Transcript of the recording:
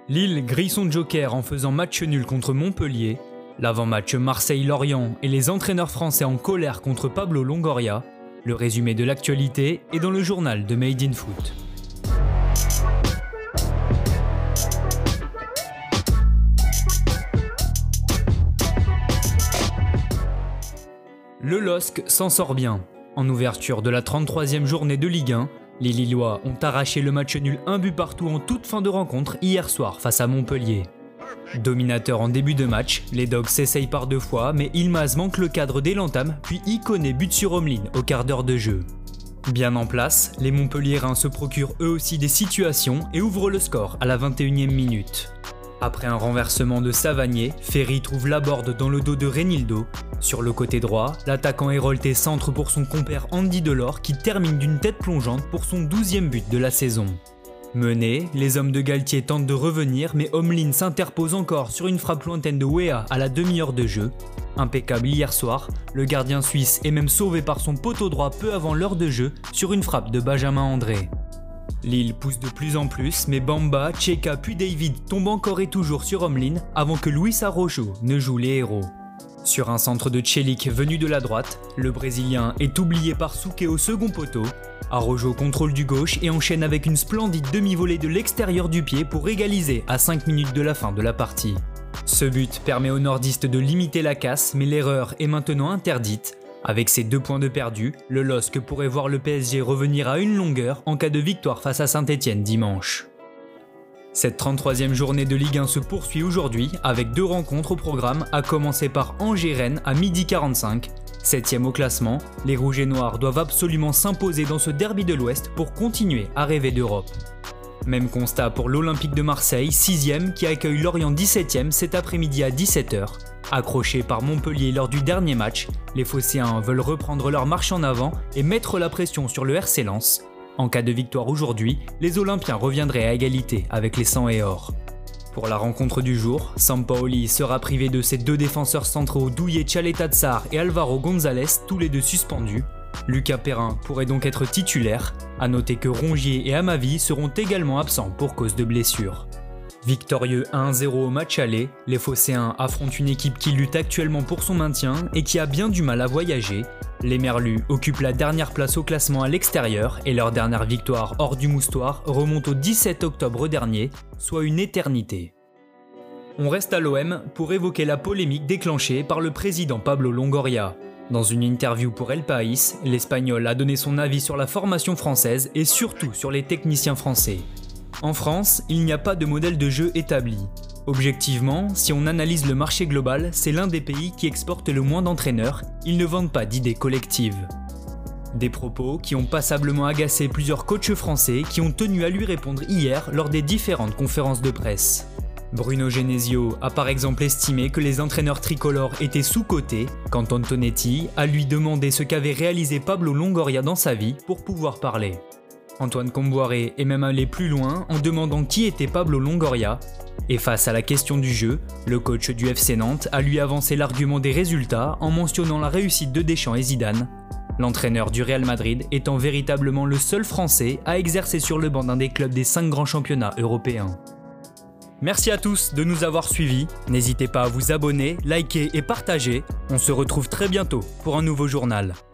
Lille grille son joker en faisant match nul contre Montpellier, l'avant-match Marseille-Lorient et les entraîneurs français en colère contre Pablo Longoria. Le résumé de l'actualité est dans le journal de Made in Foot. Le LOSC s'en sort bien. En ouverture de la 33e journée de Ligue 1, les Lillois ont arraché le match nul 1 but partout en toute fin de rencontre hier soir face à Montpellier. Dominateurs en début de match, les Dogs s'essayent par 2 fois, mais Yılmaz manque le cadre dès l'entame, puis Ikoné bute sur Omlin au quart d'heure de jeu. Bien en place, les Montpelliérains se procurent eux aussi des situations et ouvrent le score à la 21e minute. Après un renversement de Savanier, Ferry trouve Laborde dans le dos de Renildo. Sur le côté droit, l'attaquant Hérolté centre pour son compère Andy Delors qui termine d'une tête plongeante pour son 12e but de la saison. Menés, les hommes de Galtier tentent de revenir mais Omlin s'interpose encore sur une frappe lointaine de Weah à la demi-heure de jeu. Impeccable hier soir, le gardien suisse est même sauvé par son poteau droit peu avant l'heure de jeu sur une frappe de Benjamin André. Lille pousse de plus en plus, mais Bamba, Tcheka puis David tombent encore et toujours sur Omlin avant que Luis Araujo ne joue les héros. Sur un centre de Tchelik venu de la droite, le Brésilien est oublié par Souquet au second poteau. Araujo contrôle du gauche et enchaîne avec une splendide demi-volée de l'extérieur du pied pour égaliser à 5 minutes de la fin de la partie. Ce but permet aux nordistes de limiter la casse, mais l'erreur est maintenant interdite. Avec ses 2 points de perdu, le LOSC pourrait voir le PSG revenir à une longueur en cas de victoire face à Saint-Etienne dimanche. Cette 33e journée de Ligue 1 se poursuit aujourd'hui avec 2 rencontres au programme, à commencer par Angers-Rennes à 12h45. 7e au classement, les Rouges et Noirs doivent absolument s'imposer dans ce derby de l'Ouest pour continuer à rêver d'Europe. Même constat pour l'Olympique de Marseille, 6e, qui accueille Lorient 17e cet après-midi à 17h. Accrochés par Montpellier lors du dernier match, les Phocéens veulent reprendre leur marche en avant et mettre la pression sur le RC Lens. En cas de victoire aujourd'hui, les Olympiens reviendraient à égalité avec les 100 et or. Pour la rencontre du jour, Sampaoli sera privé de ses 2 défenseurs centraux Douillet Tchaleta-Tsar et Alvaro González, tous les 2 suspendus. Lucas Perrin pourrait donc être titulaire, à noter que Rongier et Amavi seront également absents pour cause de blessures. Victorieux 1-0 au match aller, les Phocéens affrontent une équipe qui lutte actuellement pour son maintien et qui a bien du mal à voyager. Les Merlus occupent la dernière place au classement à l'extérieur et leur dernière victoire hors du moustoir remonte au 17 octobre dernier, soit une éternité. On reste à l'OM pour évoquer la polémique déclenchée par le président Pablo Longoria. Dans une interview pour El País, l'Espagnol a donné son avis sur la formation française et surtout sur les techniciens français. En France, il n'y a pas de modèle de jeu établi. Objectivement, si on analyse le marché global, c'est l'un des pays qui exporte le moins d'entraîneurs, ils ne vendent pas d'idées collectives. Des propos qui ont passablement agacé plusieurs coachs français qui ont tenu à lui répondre hier lors des différentes conférences de presse. Bruno Genesio a par exemple estimé que les entraîneurs tricolores étaient sous-cotés, quand Antonetti a lui demandé ce qu'avait réalisé Pablo Longoria dans sa vie pour pouvoir parler. Antoine Comboiré est même allé plus loin en demandant qui était Pablo Longoria, et face à la question du jeu, le coach du FC Nantes a lui avancé l'argument des résultats en mentionnant la réussite de Deschamps et Zidane, l'entraîneur du Real Madrid étant véritablement le seul Français à exercer sur le banc d'un des clubs des 5 grands championnats européens. Merci à tous de nous avoir suivis, n'hésitez pas à vous abonner, liker et partager, on se retrouve très bientôt pour un nouveau journal.